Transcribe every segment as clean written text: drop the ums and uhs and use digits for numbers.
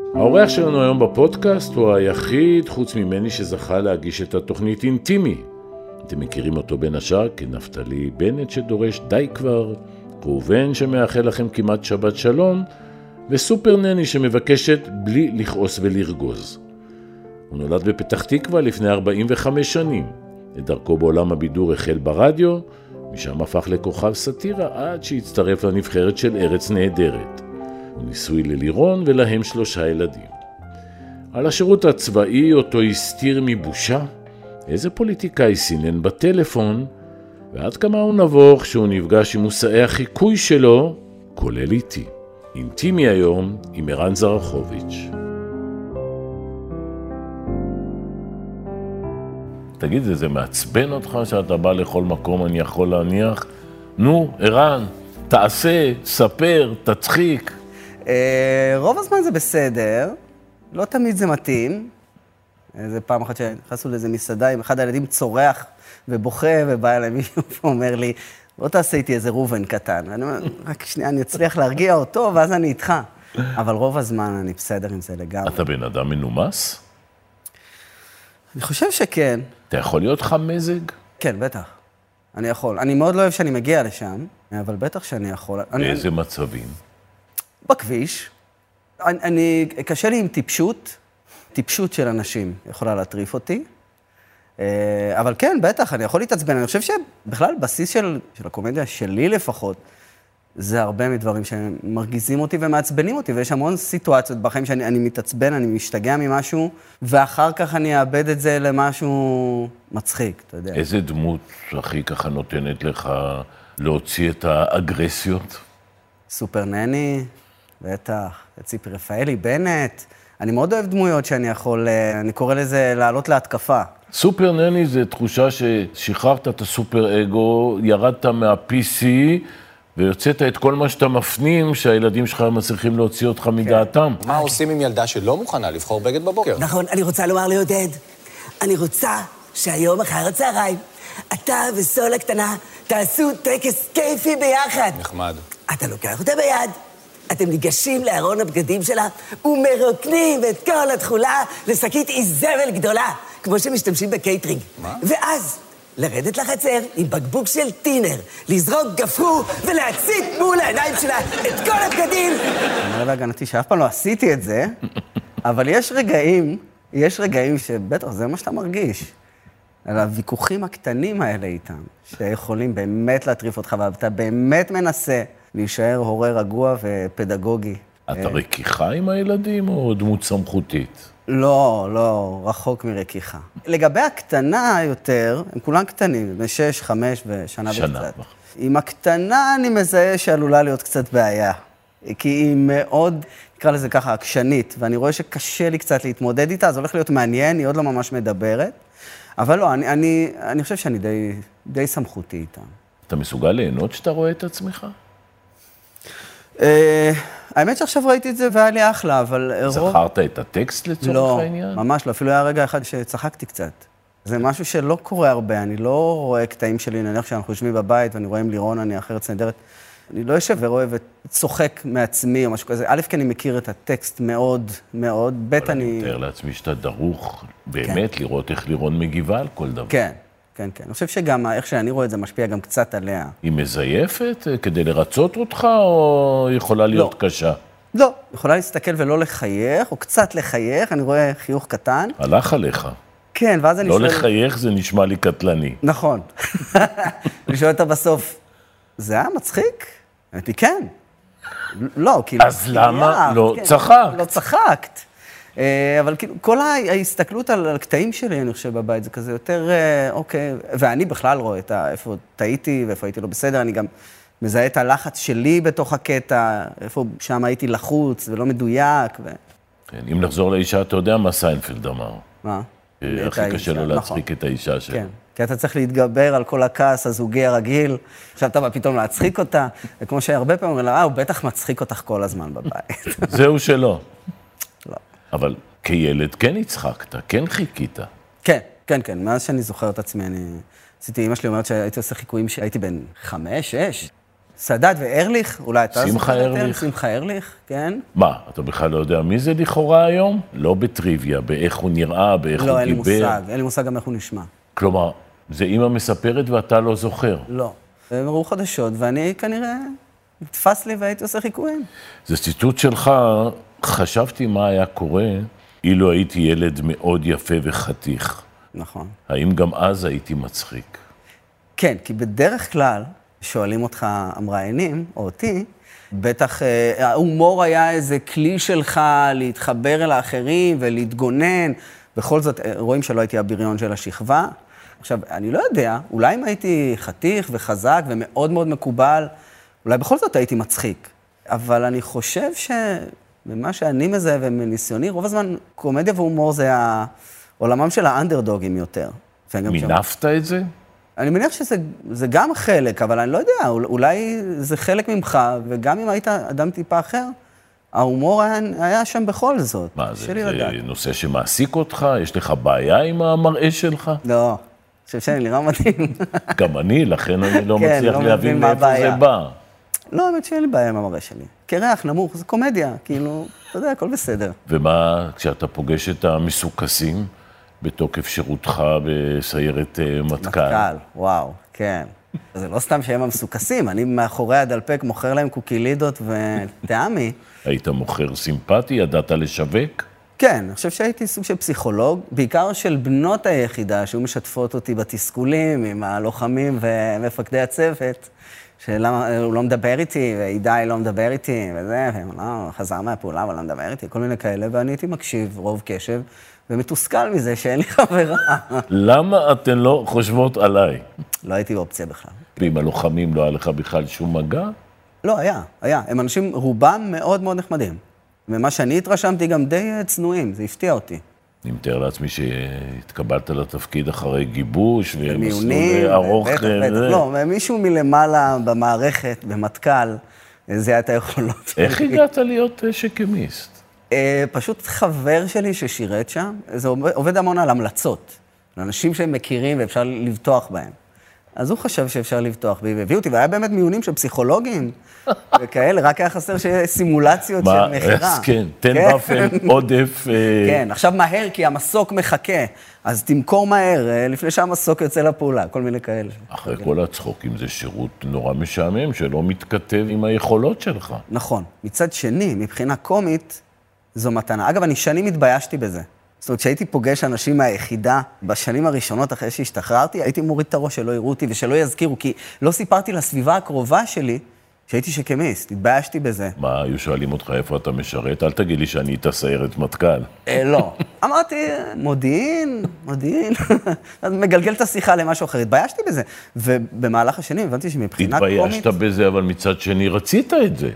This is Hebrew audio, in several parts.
האורח שלנו היום בפודקאסט הוא היחיד חוץ ממני שזכה להגיש את התוכנית אינטימי. אתם מכירים אותו בין השאר כנפתלי בנט שדורש די כבר, ראובן שמאחל לכם כמעט שבת שלום, וסופר נני שמבקשת בלי לכעוס ולרגוז. הוא נולד בפתח תקווה לפני 45 שנים. את דרכו בעולם הבידור החל ברדיו, משם הפך לכוכב סאטירה עד שהצטרף לנבחרת של ארץ נהדרת. הוא ניסוי ללירון ולהם 3 ילדים. על השירות הצבאי אותו הסתיר מבושה, איזה פוליטיקאי סינן בטלפון, ועד כמה הוא נבוך שהוא נפגש עם מושאי החיקוי שלו, כולל איתי. אינטימי היום עם ערן זרחוביץ'. תגיד, זה מעצבן אותך שאתה בא לכל מקום אני יכול להניח? נו, ערן, תעשה, ספר, תצחיק. רוב הזמן זה בסדר, לא תמיד זה מתאים. איזה פעם אחת שנכנסנו לאיזה מסעדה עם אחד הילדים צורח ובוכה, ובא אליי מישהו ואומר לי, בוא תעשה איתי איזה ראובן קטן. ואני אומר, רק שנייה, אני אצליח להרגיע אותו, ואז אני איתך. אבל רוב הזמן אני בסדר עם זה לגמרי. אתה בן אדם מנומס? אני חושב שכן. אתה יכול להיות חמזג? כן, בטח. אני יכול. אני מאוד לא אוהב שאני מגיע לשם, אבל בטח שאני יכול. באיזה מצבים? בכביש. קשה לי עם טיפשות של אנשים יכולה להטריף אותי. אבל כן, בטח, אני יכול להתעצבן. אני חושב שבכלל, בסיס של הקומדיה שלי לפחות, זה הרבה מדברים שמרגיזים אותי ומעצבנים אותי, ויש המון סיטואציות בחיים שאני מתעצבן, אני משתגע ממשהו, ואחר כך אני אאבד את זה למשהו מצחיק, אתה יודע. איזה דמות הכי ככה נותנת לך להוציא את האגרסיות? סופר נני, בטח, ציפי רפאלי, בנט. אני מאוד אוהב דמויות שאני יכול, אני קורא לזה לעלות להתקפה. סופר נני זה תחושה ששחררת את הסופר אגו, ירדת מה-PC, ויוצאת את כל מה שאתה מפנים, שהילדים שלך מצליחים להוציא אותך מדעתם. מה עושים עם ילדה שלא מוכנה לבחור בגד בבוקר? נכון, אני רוצה לומר לעודד, אני רוצה שהיום אחר הצהריים, אתה וסול הקטנה תעשו טקס כיפי ביחד. נחמד. אתה לוקח אותה ביד, אתם ניגשים לארון הבגדים שלה, ומרוקנים את כל התכולה לשקית איזבל גדולה, כמו שמשתמשים בקייטרינג. מה? ואז לרדת לחצר עם בקבוק של טינר, לזרוק גפרור ולהצית מול העיניים שלה את כל הבגדים. אני אומר להגנתי שאף פעם לא עשיתי את זה, אבל יש רגעים שבטח זה מה שאתה מרגיש. על הוויכוחים הקטנים האלה איתם, שיכולים באמת להטריף אותך, ואתה באמת מנסה להישאר הורה רגוע ופדגוגי. אתה רכיחה עם הילדים או דמות סמכותית? לא, רחוק מרכיחה. לגבי הקטנה יותר, הם כולם קטנים, בני 6, 5 ושנה וקצת. עם הקטנה אני מזהה שעלולה להיות קצת בעיה. כי היא מאוד, נקרא לזה ככה, עקשנית, ואני רואה שקשה לי קצת להתמודד איתה, אז הולך להיות מעניין, היא עוד לא ממש מדברת. אבל לא, אני חושב שאני די סמכותי איתה. אתה מסוגל ליהנות שאתה רואה את עצמך? האמת שעכשיו ראיתי את זה והיה לי אחלה, אבל... זכרת את הטקסט לצורך העניין? לא, ממש לא. אפילו היה רגע אחד שצחקתי קצת. זה משהו שלא קורה הרבה. אני לא רואה קטעים שלי, נניח שאנחנו יושבים בבית ואני רואה עם לירון, אני אחרת נהדרת. אני לא יושב ורואה וצוחק מעצמי או משהו כזה. א', כי אני מכיר את הטקסט מאוד, מאוד. ב', אני מתאר לעצמי שאתה דרוך באמת לראות איך לירון מגיבה על כל דבר. כן. אני חושב שגם איך שאני רואה את זה משפיע גם קצת עליה. היא מזייפת כדי לרצות אותך, או יכולה להיות קשה? לא, יכולה להסתכל ולא לחייך, או קצת לחייך, אני רואה חיוך קטן. הלך עליך. כן, ואז אני שואל... לא לחייך זה נשמע לי קטלני. נכון. אני שואל אותה בסוף, זה היה מצחיק? אמרתי, כן. לא, כאילו... אז למה לא צחקת? לא צחקת. אבל כאילו, כל ההסתכלות על הקטעים שלי, אני חושב, בבית, זה כזה יותר, אוקיי, ואני בכלל רואה את איפה טעיתי ואיפה הייתי לא בסדר, אני גם מזהה את הלחץ שלי בתוך הקטע, איפה שם הייתי לחוץ ולא מדויק. כן, אם נחזור לאישה, אתה יודע מה סיינפלד אמר? מה? הכי קשה לו להצחיק את האישה שלו. כן, כי אתה צריך להתגבר על כל הכעס הזוגי הרגיל, עכשיו אתה בא פתאום להצחיק אותה, וכמו שהרבה פעמים אומרים לה, הוא בטח מצחיק אותך כל הזמן בבית. זהו שלא. לא. אבל כילד כן הצחקת, כן חיכית. כן, מאז שאני זוכר את עצמי, עשיתי, אמא שלי אומרת שהייתי עושה חיקויים שהייתי בן 5, 6. סאדאת וארליך, אולי אתה... שמחה ארליך. שמחה ארליך, כן. מה, אתה בכלל לא יודע מי זה לכאורה היום? לא בטריוויה, באיך הוא נראה, באיך הוא דיבר. לא, אין לי מושג גם איך הוא נשמע. כלומר, זה אמא מספרת ואתה לא זוכר. לא. הם ראו חדשות, ואני כנראה תפס לי והייתי עושה חיקויים. זה ציטוט שלך, חשבתי מה היה קורה אילו הייתי ילד מאוד יפה וחתיך. נכון. האם גם אז הייתי מצחיק? כן, כי בדרך כלל, שואלים אותך המראיינים, או אותי, בטח ההומור היה איזה כלי שלך להתחבר אל האחרים ולהתגונן. בכל זאת, רואים שלא הייתי הבריון של השכבה. עכשיו, אני לא יודע, אולי אם הייתי חתיך וחזק ומאוד מאוד מקובל, אולי בכל זאת הייתי מצחיק. אבל אני חושב שבמה שאני מזהה ומניסיוני, רוב הזמן קומדיה והומור זה העולמם של האנדרדוגים יותר. מינפת את זה? אני מניח שזה גם חלק, אבל אני לא יודע, אולי זה חלק ממך, וגם אם היית אדם טיפה אחר, ההומור היה שם בכל זאת. מה, זה נושא שמעסיק אותך? יש לך בעיה עם המראה שלך? לא, אני חושב שאני נראה מדהים. גם אני, לכן אני לא מצליח להבין מאיפה זה בא. לא, האמת שאין לי בעיה עם המראה שלי. קרח, נמוך, זה קומדיה, כאילו, אתה יודע, הכל בסדר. ומה, כשאתה פוגש את המסוכסים, בתוקף שירותך בסיירת מטכ"ל? מטכ"ל, וואו, כן. זה לא סתם שהם המסוכסים, אני מאחורי הדלפק מוכר להם קוקילידות וטעמי. היית מוכר סימפטי, ידעת לשווק? כן, אני חושב שהייתי סוג של פסיכולוג, בעיקר של בנות היחידה, שהיו משתפות אותי בתסכולים עם הלוחמים ומפקדי הצוות, שלמה הוא לא מדבר איתי, ועידי לא מדבר איתי, וזה, חזר מהפעולה, אבל לא מדבר איתי, כל מיני כאלה, ואני הייתי מקשיב, רוב קשב, ומתוסכל מזה שאין לי חברה. למה אתן לא חושבות עליי? לא הייתי באופציה בכלל. ועם הלוחמים לא היה לך בכלל שום מגע? לא, היה. הם אנשים, רובם מאוד מאוד נחמדים. ומה שאני התרשמתי גם די צנועים, זה הפתיע אותי. אני מתאר לעצמי שהתקבלת לתפקיד אחרי גיבוש, ומיונים, ארוך. בטח. לא, מישהו מלמעלה במערכת, במטכ"ל, זה היה את היכולות. איך הגעת להיות שקמיסט? פשוט חבר שלי ששירת שם, זה עובד המון על המלצות. אנשים שהם מכירים ואפשר לבטוח בהם. אז הוא חשב שאפשר לבטוח בי, והביא אותי, והיה באמת מיונים של פסיכולוגים וכאלה, רק היה חסר סימולציות של מחירה. כן, תן באפן, עודף. כן, עכשיו מהר, כי המסוק מחכה, אז תמכור מהר, לפני שהמסוק יוצא לפעולה, כל מיני כאלה. אחרי כל הצחוקים, זה שירות נורא משעמם, שלא מתכתב עם היכולות שלך. נכון. מצד שני, מבחינה קומית, זו מתנה. אגב, אני שנים התביישתי בזה. זאת אומרת, כשהייתי פוגש אנשים מהיחידה, בשנים הראשונות אחרי שהשתחררתי, הייתי מוריד את הראש שלא יראו אותי ושלא יזכירו, כי לא סיפרתי לסביבה הקרובה שלי שהייתי שקמיסט, התביישתי בזה. מה, היו שואלים אותך איפה אתה משרת? אל תגיד לי שאני איתה סיירת מטכ"ל. לא. אמרתי, מודיעין. אז מגלגל את השיחה למשהו אחר, התביישתי בזה. ובמהלך השנים הבנתי שמבחינה קומית... התביישת בזה, אבל מצד שני רצית את זה.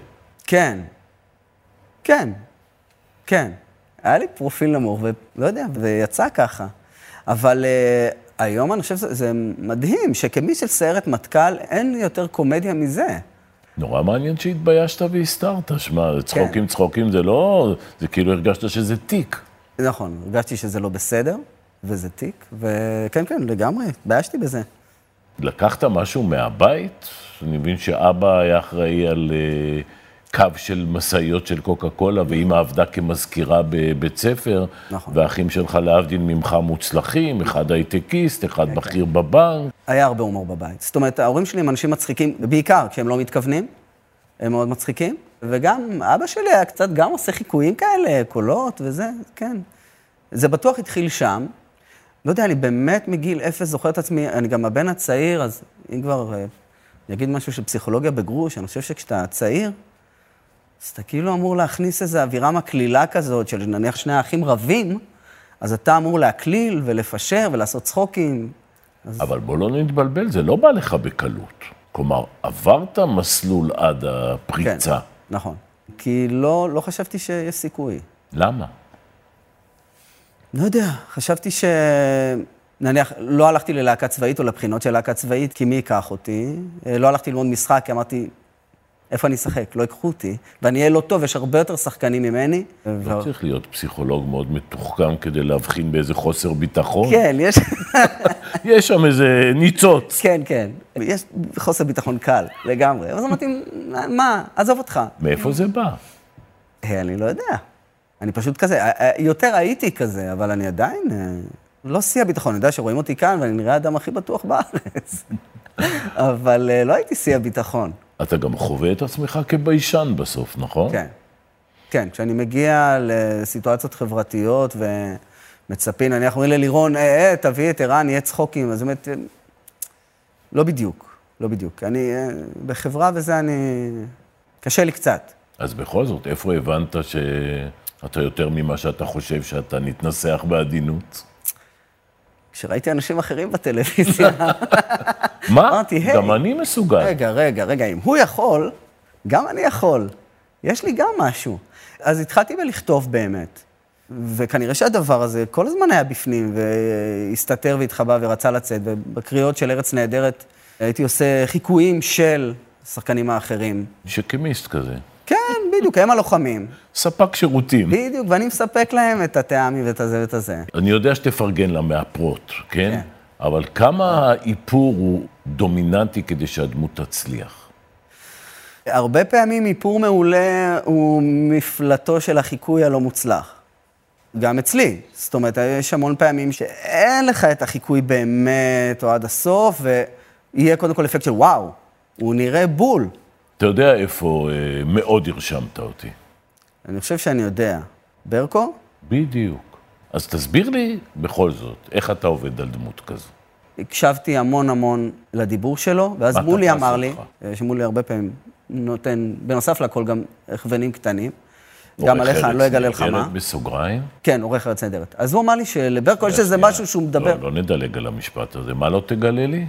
כן. היה לי פרופיל נמוך, ולא יודע, ויצא ככה. אבל היום אני חושב שזה מדהים, שכמי של סיירת מטכ"ל, אין לי יותר קומדיה מזה. נורא מעניין שהתביישת והסתרת. שמע, צחוקים זה לא... זה כאילו הרגשת שזה תיק. נכון, הרגשתי שזה לא בסדר, וזה תיק, וכן, לגמרי, התביישתי בזה. לקחת משהו מהבית? אני מבין שאבא היה אחראי על... קו של מסעיות של קוקה קולה, ואמא עבדה כמזכירה בבית ספר, נכון. והאחים שלך להבדיל ממך מוצלחים, אחד הייטקיסט, אחד בכיר בבנק. היה הרבה הומור בבית. זאת אומרת, ההורים שלי הם אנשים מצחיקים, בעיקר כשהם לא מתכוונים, הם מאוד מצחיקים, וגם אבא שלי היה קצת גם עושה חיקויים כאלה, קולות וזה, כן. זה בטוח התחיל שם. לא יודע, אני באמת מגיל 0 זוכר את עצמי, אני גם הבן הצעיר, אז אם כבר אני אגיד משהו של פסיכולוגיה בגרוש, אני חושב שכשאתה צעיר, אז אתה כאילו אמור להכניס איזו אווירה מקלילה כזאת, של נניח שני האחים רבים, אז אתה אמור להקליל ולפשר ולעשות צחוקים. אבל בוא לא נתבלבל, זה לא בא לך בקלות. כלומר, עברת מסלול עד הפריצה. כן, נכון. כי לא חשבתי שיש סיכוי. למה? לא יודע, חשבתי נניח, לא הלכתי ללהקה צבאית או לבחינות של להקה צבאית, כי מי ייקח אותי? לא הלכתי ללמוד משחק, כי אמרתי, איפה אני אשחק? לא יקחו אותי, ואני אהיה לא טוב, יש הרבה יותר שחקנים ממני. לא צריך להיות פסיכולוג מאוד מתוחכם כדי להבחין באיזה חוסר ביטחון. כן, יש... יש שם איזה ניצוץ. כן, כן. יש חוסר ביטחון קל, לגמרי. אז אמרתי, מה? עזוב אותך. מאיפה זה בא? אני לא יודע. אני פשוט כזה, יותר הייתי כזה, אבל אני עדיין לא שיא הביטחון. אני יודע שרואים אותי כאן, ואני נראה האדם הכי בטוח בארץ. אבל לא הייתי שיא הביטחון. אתה גם חווה את עצמך כביישן בסוף, נכון? כן. כן, כשאני מגיע לסיטואציות חברתיות ומצפים, אני אומרים ללירון, תביא את ערן, יהיה צחוקים. אז באמת, לא בדיוק, לא בדיוק. אני, בחברה וזה אני... קשה לי קצת. אז בכל זאת, איפה הבנת שאתה יותר ממה שאתה חושב שאתה נתנסח בעדינות? כשראיתי אנשים אחרים בטלוויזיה. מה? אמרתי, גם אני מסוגל. רגע, אם הוא יכול, גם אני יכול. יש לי גם משהו. אז התחלתי לכתוב באמת. וכנראה שהדבר הזה כל הזמן היה בפנים, והסתתר והתחבא ורצה לצאת, ובקריאות של ארץ נהדרת הייתי עושה חיקויים של שחקנים האחרים. שקמיסט כזה. כן, בדיוק, הם הלוחמים. ספק שירותים. בדיוק, ואני מספק להם את הטעמים ואת הזה ואת הזה. אני יודע שתפרגן למאפרות, כן? אבל כמה האיפור הוא דומיננטי כדי שהדמות תצליח? הרבה פעמים איפור מעולה הוא מפלטו של החיקוי הלא מוצלח. גם אצלי. זאת אומרת, יש המון פעמים שאין לך את החיקוי באמת או עד הסוף, ויהיה קודם כל אפקט של וואו, הוא נראה בול. אתה יודע איפה מאוד הרשמת אותי? אני חושב שאני יודע. ברקו? בדיוק. אז תסביר לי בכל זאת, איך אתה עובד על דמות כזו? הקשבתי המון לדיבור שלו, ואז מולי אמר לי, שמולי הרבה פעמים נותן, בנוסף לכל גם הכוונים קטנים, גם עליך, אני לא אגלה לך מה. עורך בסוגריים? כן, עורך ארץ נהדרת. אז הוא אמר לי שלברקו יש איזה משהו שהוא מדבר. לא נדלג על המשפט הזה, מה לא תגלה לי?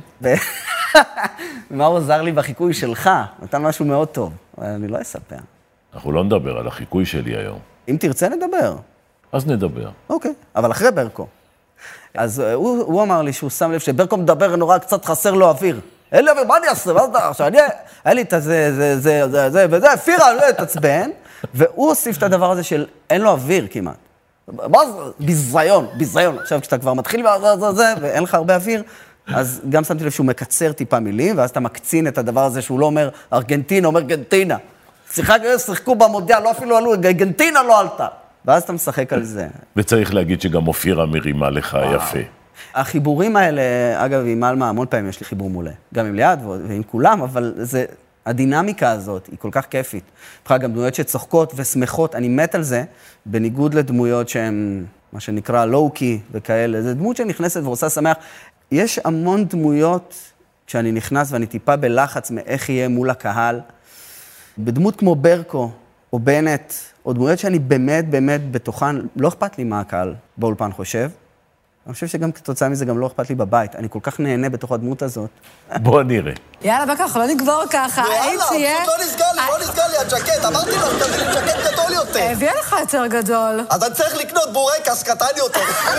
מה הוא עזר לי בחיקוי שלך? נתן משהו מאוד טוב, אבל אני לא אספר. אנחנו לא נדבר על החיקוי שלי היום. אם תרצה נדבר. אז נדבר. אוקיי, אבל אחרי ברקו. אז הוא אמר לי שהוא שם לב שברקו מדבר נורא, קצת חסר לו אוויר. אין לי אוויר, מה אני אעשה? מה אתה עכשיו? היה לי את זה וזה, אפירה, אני לא אתעצבן. והוא הוסיף את הדבר הזה של אין לו אוויר כמעט. מה זה? ביזיון. עכשיו, כשאתה כבר מתחיל זה, ואין לך הרבה אוויר, אז גם שמתי לב שהוא מקצר טיפה מילים, ואז אתה מקצין את הדבר הזה שהוא לא אומר ארגנטינה, אומר ארגנטינה. שיחקו במונדיאל, לא אפילו עלו, ארגנטינה לא עלתה. ואז אתה משחק על זה. וצריך להגיד שגם אופירה מרימה לך יפה. החיבורים האלה, אגב, עם אלמה, המון פעמים יש לי חיבור מולה. גם עם ליעד ועם כולם, אבל זה, הדינמיקה הזאת היא כל כך כיפית. בכלל, גם דמויות שצוחקות ושמחות, אני מת על זה, בניגוד לדמויות שהן, מה שנקרא, לואו-קי וכאלה. זה דמות שנכנסת ועושה שמח. יש המון דמויות, כשאני נכנס ואני טיפה בלחץ מאיך יהיה מול הקהל, בדמות כמו ברקו או בנט, או דמויות שאני באמת בתוכן, לא אכפת לי מה הקהל באולפן חושב. אני חושב שגם כתוצאה מזה גם לא אכפת לי בבית. אני כל כך נהנה בתוך הדמות הזאת. בוא נראה. יאללה, בקח, לא נגבור ככה. יאללה, פשוט לא נסגר לי הג'קט. אמרתי לו, תביא לי ג'קט גדול יותר. הביא לך יותר גדול. אז אני צריך לקנות בורקס קטן יותר.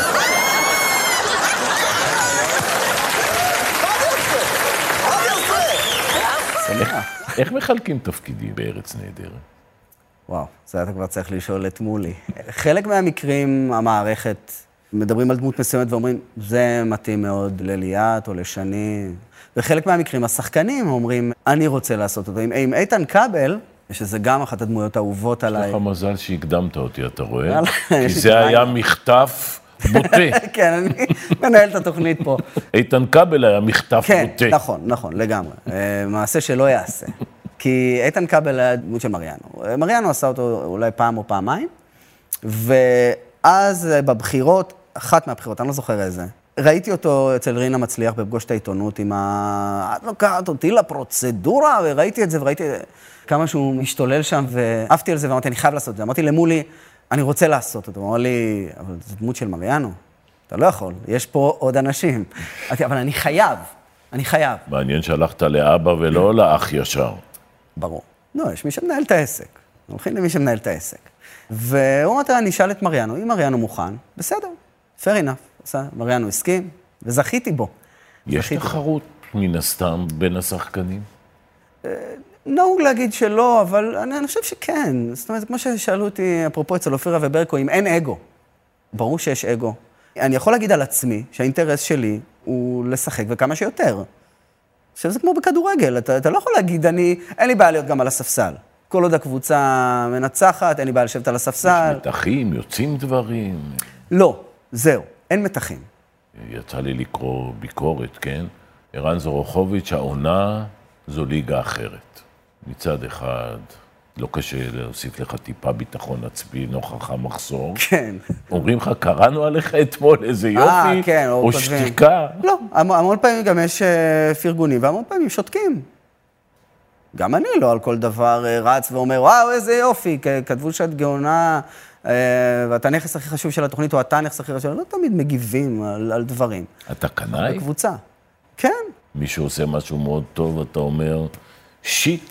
איך מחלקים תפקידים בארץ נהדרת? וואו, זה אתה כבר צריך לשאול את מולי. חלק מהמקרים, המערכת, מדברים על דמות מסוימת ואומרים, זה מתאים מאוד לליאת או לשני. וחלק מהמקרים, השחקנים אומרים, אני רוצה לעשות אותו. עם איתן כבל, שזה גם אחת הדמויות האהובות עליי. יש לך מזל שהקדמת אותי, אתה רואה? כי זה היה מחטף בוטה. כן, אני מנהל את התוכנית פה. איתן כבל היה מחטף בוטה. כן, נכון, לגמרי. מעשה שלא יעשה. כי איתן כבל היה דמות של מריאנו. מריאנו עשה אותו אולי פעם או פעמיים, ואז בבחירות, אחת מהבחירות, אני לא זוכר איזה, ראיתי אותו אצל רינה מצליח בפגוש את העיתונות עם את לוקחת אותי לפרוצדורה, וראיתי את זה, וראיתי כמה שהוא משתולל שם, ואהבתי על זה, ואמרתי, אני חייב לעשות את זה. אמרתי למולי, אני רוצה לעשות אותו. הוא אמר לי, אבל זו דמות של מריאנו. אתה לא יכול, יש פה עוד אנשים. אמרתי, אבל אני חייב. מעניין שהלכת לאבא ולא לאח ישר. ברור. לא, יש מי שמנהל את העסק. הולכים למי שמנהל את העסק. והוא אמרת, אני אשאל את מריאנו, אם מריאנו מוכן, בסדר, fair enough. מריאנו הסכים, וזכיתי בו. יש תחרות מן הסתם בין השחקנים? נהוג להגיד שלא, אבל אני חושב שכן. זאת אומרת, כמו ששאלו אותי, אפרופו אצל אופירה וברקו, אם אין אגו. ברור שיש אגו. אני יכול להגיד על עצמי שהאינטרס שלי הוא לשחק וכמה שיותר. עכשיו זה כמו בכדורגל, אתה לא יכול להגיד, אין לי בעיה להיות גם על הספסל. כל עוד הקבוצה מנצחת, אין לי בעיה לשבת על הספסל. יש מתחים, יוצאים דברים. לא, זהו, אין מתחים. יצא לי לקרוא ביקורת, כן? ערן זורוחוביץ', העונה זו ליגה אחרת. מצד אחד, לא קשה להוסיף לך טיפה ביטחון עצמי נוכח המחסור. כן. אומרים לך, קראנו עליך אתמול איזה יופי, כן, או שתיקה. לא, המון פעמים גם יש פרגונים, והמון פעמים שותקים. גם אני לא על כל דבר רץ ואומר, וואו, איזה יופי, כתבו שאת גאונה, ואתה הנכס הכי חשוב של התוכנית, או אתה הנכס הכי חשוב, לא תמיד מגיבים על דברים. אתה קנאי? בקבוצה. כן. מישהו עושה משהו מאוד טוב, אתה אומר, שיט.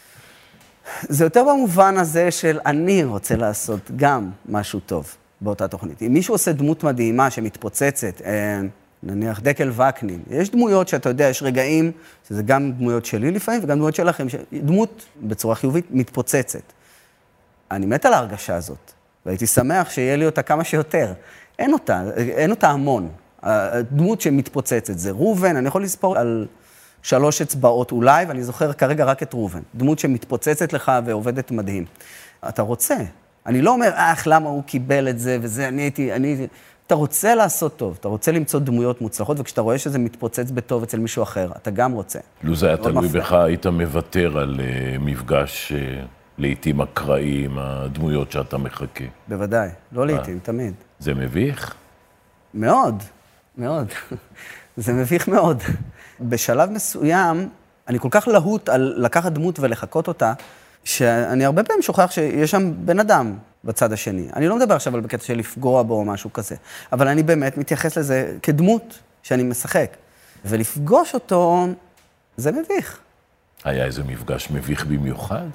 זה יותר במובן הזה של אני רוצה לעשות גם משהו טוב באותה תוכנית. אם מישהו עושה דמות מדהימה שמתפוצצת, נניח דקל וקנין, יש דמויות שאתה יודע, יש רגעים, שזה גם דמויות שלי לפעמים, וגם דמויות שלכם, דמות בצורה חיובית מתפוצצת. אני מת על ההרגשה הזאת, והייתי שמח שיהיה לי אותה כמה שיותר. אין אותה המון. הדמות שמתפוצצת זה רובן, אני יכול לספור על 3 אצבעות אולי, ואני זוכר כרגע רק את רובן. דמות שמתפוצצת לך ועובדת מדהים. אתה רוצה. אני לא אומר, למה הוא קיבל את זה, וזה, אתה רוצה לעשות טוב, אתה רוצה למצוא דמויות מוצלחות, וכשאתה רואה שזה מתפוצץ בטוב אצל מישהו אחר, אתה גם רוצה. לו זה היה תלוי בך, היית מוותר על מפגש לעתים אקראי עם הדמויות שאתה מחכה. בוודאי, לא לעתים, תמיד. זה מביך? מאוד, מאוד. זה מביך מאוד. בשלב מסוים, אני כל כך להוט על לקחת דמות ולחכות אותה, שאני הרבה פעמים שוכח שיש שם בן אדם בצד השני. אני לא מדבר עכשיו על בקטע של לפגוע בו או משהו כזה, אבל אני באמת מתייחס לזה כדמות שאני משחק. ולפגוש אותו, זה מביך. היה איזה מפגש מביך במיוחד?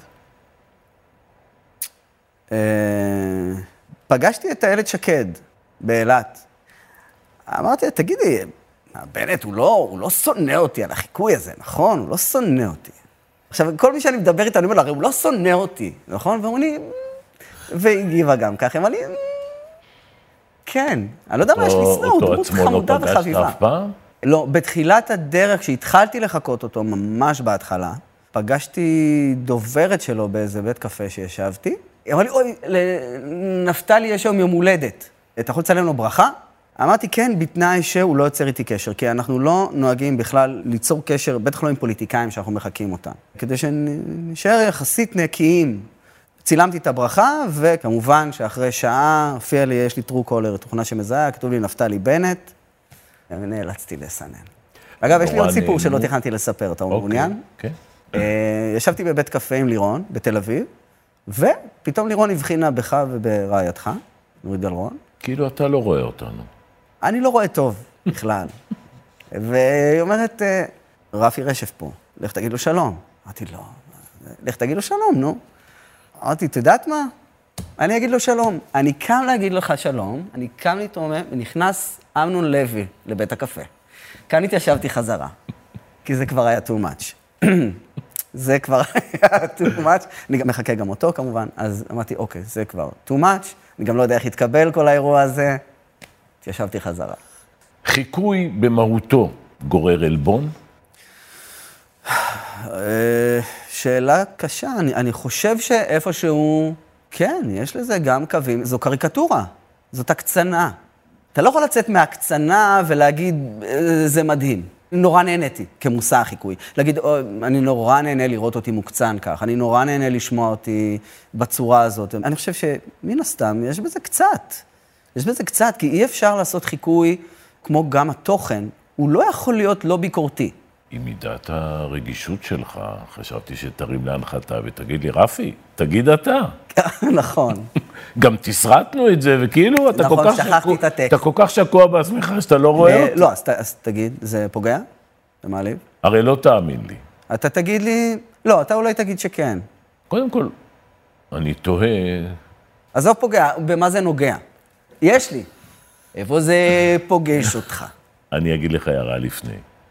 פגשתי את הילד שקד באילת. אמרתי, תגידי, בנט, הוא לא שונא אותי על החיקוי הזה, נכון? הוא לא שונא אותי. עכשיו, כל מי שאני מדבר איתה, אני אומר לה, הרי הוא לא שונא אותי, נכון? ואומרים לי, והגיבה גם ככה, אבל כן, אני לא יודע מה יש לשנוא, הוא דמות חמודה וחביבה. אותו עצמו לא פגשת אף פעם? לא, בתחילת הדרך, כשהתחלתי לחכות אותו, ממש בהתחלה, פגשתי דוברת שלו באיזה בית קפה שישבתי, היא אמרה לי, אוי, לנפתלי יש היום יום הולדת, אתה יכול לצלם לו ברכה? אמרתי, כן, בתנאי שהוא לא יוצר איתי קשר, כי אנחנו לא נוהגים בכלל ליצור קשר, בטח לא עם פוליטיקאים שאנחנו מחכים אותם, כדי שנשאר יחסית נקיים. צילמתי את הברכה, וכמובן שאחרי שעה הופיע לי, יש לי טרו קולר, תוכנה שמזהה, כתוב לי נפתלי בנט, ונאלצתי לסנן. אגב, יש לי עוד סיפור שלא תכננתי לספר, אתה מעוניין? כן. ישבתי בבית קפה עם לירון, בתל אביב, ופתאום לירון הבחינה בך וברעייתך, נורית גלרון. כאילו אתה לא רואה אותנו. אני לא רואה טוב בכלל. והיא אומרת, רפי רשף פה, לך תגיד לו שלום. אמרתי, לא, לך תגיד לו שלום, נו. אמרתי, תדעת מה? אני אגיד לו שלום. אני קם להגיד לך שלום, אני קם להתרומם, ונכנס אמנון לוי לבית הקפה. כאן התיישבתי חזרה, כי זה כבר היה too much. זה כבר היה too much. אני גם מחכה גם אותו, כמובן. אז אמרתי, אוקיי, זה כבר too much. אני גם לא יודע איך יתקבל כל האירוע הזה. התיישבתי חזרה. חיקוי במהותו גורר אלבון? שאלה קשה. אני חושב שאיפשהו, כן, יש לזה גם קווים. זו קריקטורה, זאת הקצנה. אתה לא יכול לצאת מהקצנה ולהגיד, זה מדהים. נורא נהניתי כמושא החיקוי. להגיד, אני נורא נהנה לראות אותי מוקצן כך, אני נורא נהנה לשמוע אותי בצורה הזאת. אני חושב שמן הסתם יש בזה קצת. יש בזה קצת, כי אי אפשר לעשות חיקוי כמו גם התוכן, הוא לא יכול להיות לא ביקורתי. עם מידת הרגישות שלך, חשבתי שתרים להנחתה ותגיד לי, רפי, תגיד אתה. נכון. גם תסרטנו את זה, וכאילו אתה נכון, שכחתי את הטקסט. אתה כל כך שקוע בעצמך שאתה לא רואה אותי. לא, אז תגיד, זה פוגע? זה מעליב? הרי לא תאמין לי. אתה תגיד לי, לא, אתה אולי תגיד שכן. קודם כל, אני תוהה... עזוב פוגע, במה זה נוגע? יש לי. איפה זה פוגש אותך? אני אגיד לך הערה לפני.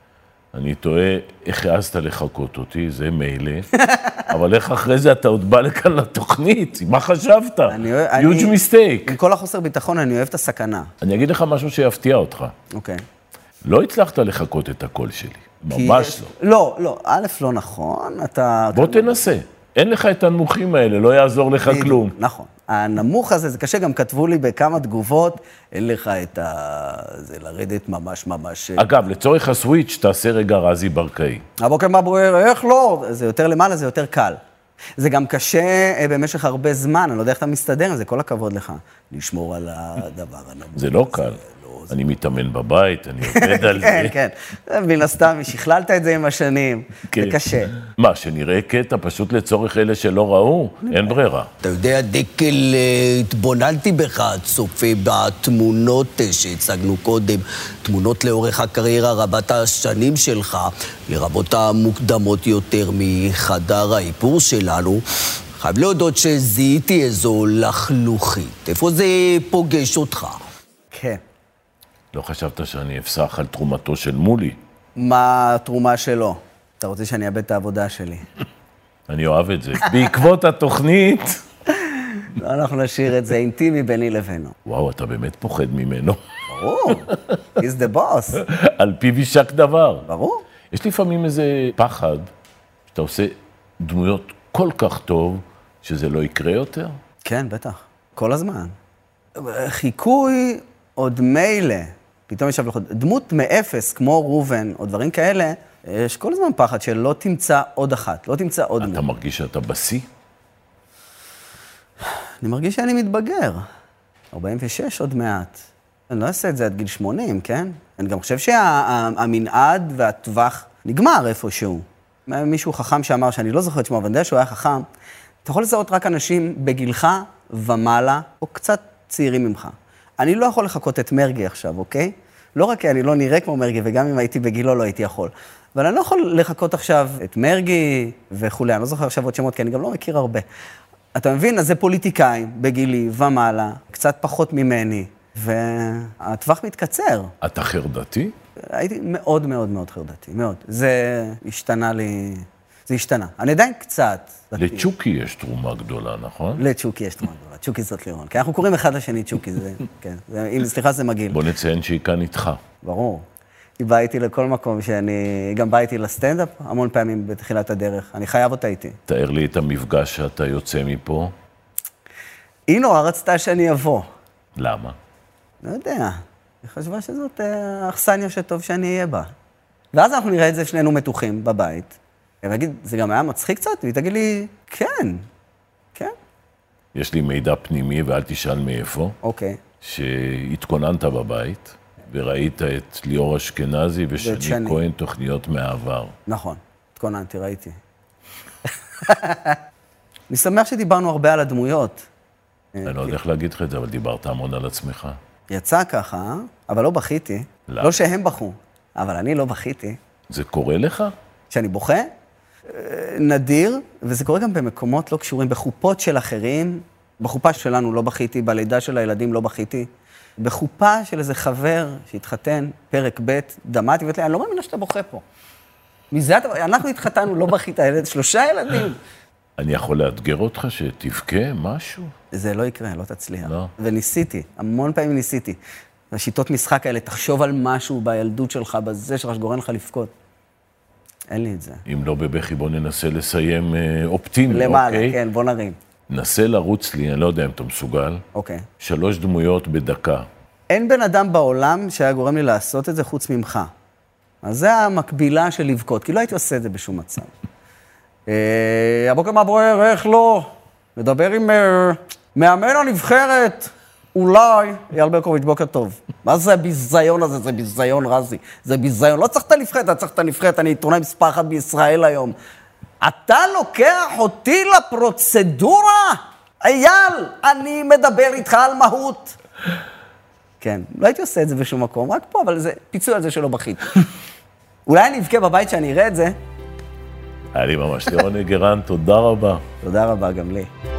אני תוהה איך העזת לחכות אותי, זה מילא, אבל איך אחרי זה אתה עוד בא לכאן לתוכנית? מה חשבת? huge mistake. עם כל החוסר ביטחון, אני אוהב את הסכנה. אני אגיד לך משהו שיפתיע אותך. אוקיי. לא הצלחת לחכות את הקול שלי, ממש לא. לא, א', לא נכון, אתה... בוא תנסה, אין לך את הנמוכים האלה, לא יעזור לך כלום. נכון. הנמוך הזה, זה קשה, גם כתבו לי בכמה תגובות, אין לך את זה לרדת ממש... אגב, לצורך הסוויץ' תעשה רגע רזי ברקאי. הבוקר מה בוער, איך לא? זה יותר למעלה, זה יותר קל. זה גם קשה במשך הרבה זמן, אני לא יודע איך אתה מסתדר, זה כל הכבוד לך, לשמור על הדבר הנמוך. זה לא קל. אני מתאמן בבית, אני עובד על זה. כן, מן הסתם, שכללת את זה עם השנים, זה קשה. מה, שנראה קטע פשוט לצורך אלה שלא ראו? אין ברירה. אתה יודע, דקל, התבוננתי בך, צופה בתמונות שהצגנו קודם, תמונות לאורך הקריירה רבת השנים שלך, לרבות המוקדמות יותר מחדר האיפור שלנו. חייב להודות שזיהיתי איזו לחלוכית. איפה זה פוגש אותך? כן. לא חשבת שאני אפסח על תרומתו של מולי? מה התרומה שלו? אתה רוצה שאני אאבד את העבודה שלי? אני אוהב את זה. בעקבות התוכנית... אנחנו נשאיר את זה אינטימי ביני לבינו. וואו, אתה באמת פוחד ממנו. ברור, he's the boss. על פיו יישק דבר. ברור. יש לפעמים איזה פחד, שאתה עושה דמויות כל כך טוב, שזה לא יקרה יותר? כן, בטח. כל הזמן. חיקוי עוד מילא. פתאום יש דמות מאפס, כמו רובן, או דברים כאלה, יש כל הזמן פחד שלא תמצא עוד אחת, לא תמצא עוד דמות. אתה מרגיש שאתה בשיא? אני מרגיש שאני מתבגר. 46 עוד מעט. אני לא אעשה את זה עד גיל 80, כן? אני גם חושב שהמנעד והטווח נגמר איפשהו. מישהו חכם שאמר, שאני לא זוכר את שמו, אבל אני יודע שהוא היה חכם, אתה יכול לזהות רק אנשים בגילך ומעלה, או קצת צעירים ממך. אני לא יכול לחכות את מרגי עכשיו, אוקיי? לא רק כי אני לא נראה כמו מרגי, וגם אם הייתי בגילו לא הייתי יכול. אבל אני לא יכול לחכות עכשיו את מרגי וכולי, אני לא זוכר עכשיו עוד שמות, כי אני גם לא מכיר הרבה. אתה מבין? אז זה פוליטיקאים בגילי ומעלה, קצת פחות ממני, והטווח מתקצר. אתה חרדתי? הייתי מאוד מאוד מאוד חרדתי, מאוד. זה השתנה לי, זה השתנה. אני עדיין קצת. לצ'וקי יש תרומה גדולה, נכון? לצ'וקי יש תרומה גדולה, צ'וקי זאת לירון. כי אנחנו קוראים אחד לשני צ'וקי, זה, כן. אם סליחה זה מגעיל. בוא נציין שהיא כאן איתך. ברור. היא באה איתי לכל מקום שאני, גם באה איתי לסטנדאפ, המון פעמים בתחילת הדרך. אני חייב אותה איתי. תאר לי את המפגש שאתה יוצא מפה. היא נורא רצתה שאני אבוא. למה? לא יודע. היא חשבה שזאת אכסניה שטוב שאני אהיה בה. ואז אנחנו נראה את זה שנינו מתוחים בבית. אני אגיד, זה גם היה מצחיק קצת? והיא תגיד לי, כן, כן. יש לי מידע פנימי, ואל תשאל מאיפה. אוקיי. שהתכוננת בבית, וראית את ליאור אשכנזי ושני כהן תוכניות מהעבר. נכון, התכוננתי, ראיתי. אני שמח שדיברנו הרבה על הדמויות. אני לא יודע איך להגיד לך את זה, אבל דיברת המון על עצמך. יצא ככה, אבל לא בכיתי. לא שהם בכו, אבל אני לא בכיתי. זה קורה לך? שאני בוכה? נדיר, וזה קורה גם במקומות לא קשורים, בחופות של אחרים. בחופה שלנו לא בכיתי, בלידה של הילדים לא בכיתי. בחופה של איזה חבר שהתחתן, פרק ב', דמעתי, ואתה, אני לא מאמינה שאתה בוכה פה. מזה אנחנו התחתנו, לא בכית, 3 ילדים. אני יכול לאתגר אותך שתבכה משהו? זה לא יקרה, לא תצליח. לא. וניסיתי, המון פעמים ניסיתי. השיטות משחק האלה, תחשוב על משהו בילדות שלך, בזה שלך שגורם לך לבכות. אין לי את זה. אם לא בבכי, בוא ננסה לסיים אופטימי, למעלה, אוקיי? כן, בוא נרים. נסה לרוץ לי, אני לא יודע אם אתה מסוגל. אוקיי. 3 דמויות בדקה. אין בן אדם בעולם שהיה גורם לי לעשות את זה חוץ ממך. אז זה המקבילה של לבכות, כי לא הייתי עושה את זה בשום מצב. הבוקר מה בוער, איך לא? מדבר עם מאמן הנבחרת, אולי, אייל ברקוביץ', בוקר טוב. מה זה הביזיון הזה? זה ביזיון רזי. זה ביזיון. לא צריך את הנבחרת, אתה צריך את הנבחרת, אני עיתונאי מספר 1 בישראל היום. אתה לוקח אותי לפרוצדורה? אייל, אני מדבר איתך על מהות. כן, לא הייתי עושה את זה בשום מקום, רק פה, אבל זה פיצוי על זה שלא בכית. אולי אני אבכה בבית שאני אראה את זה. היה לי ממש לירון גרן, תודה רבה. תודה רבה גם לי.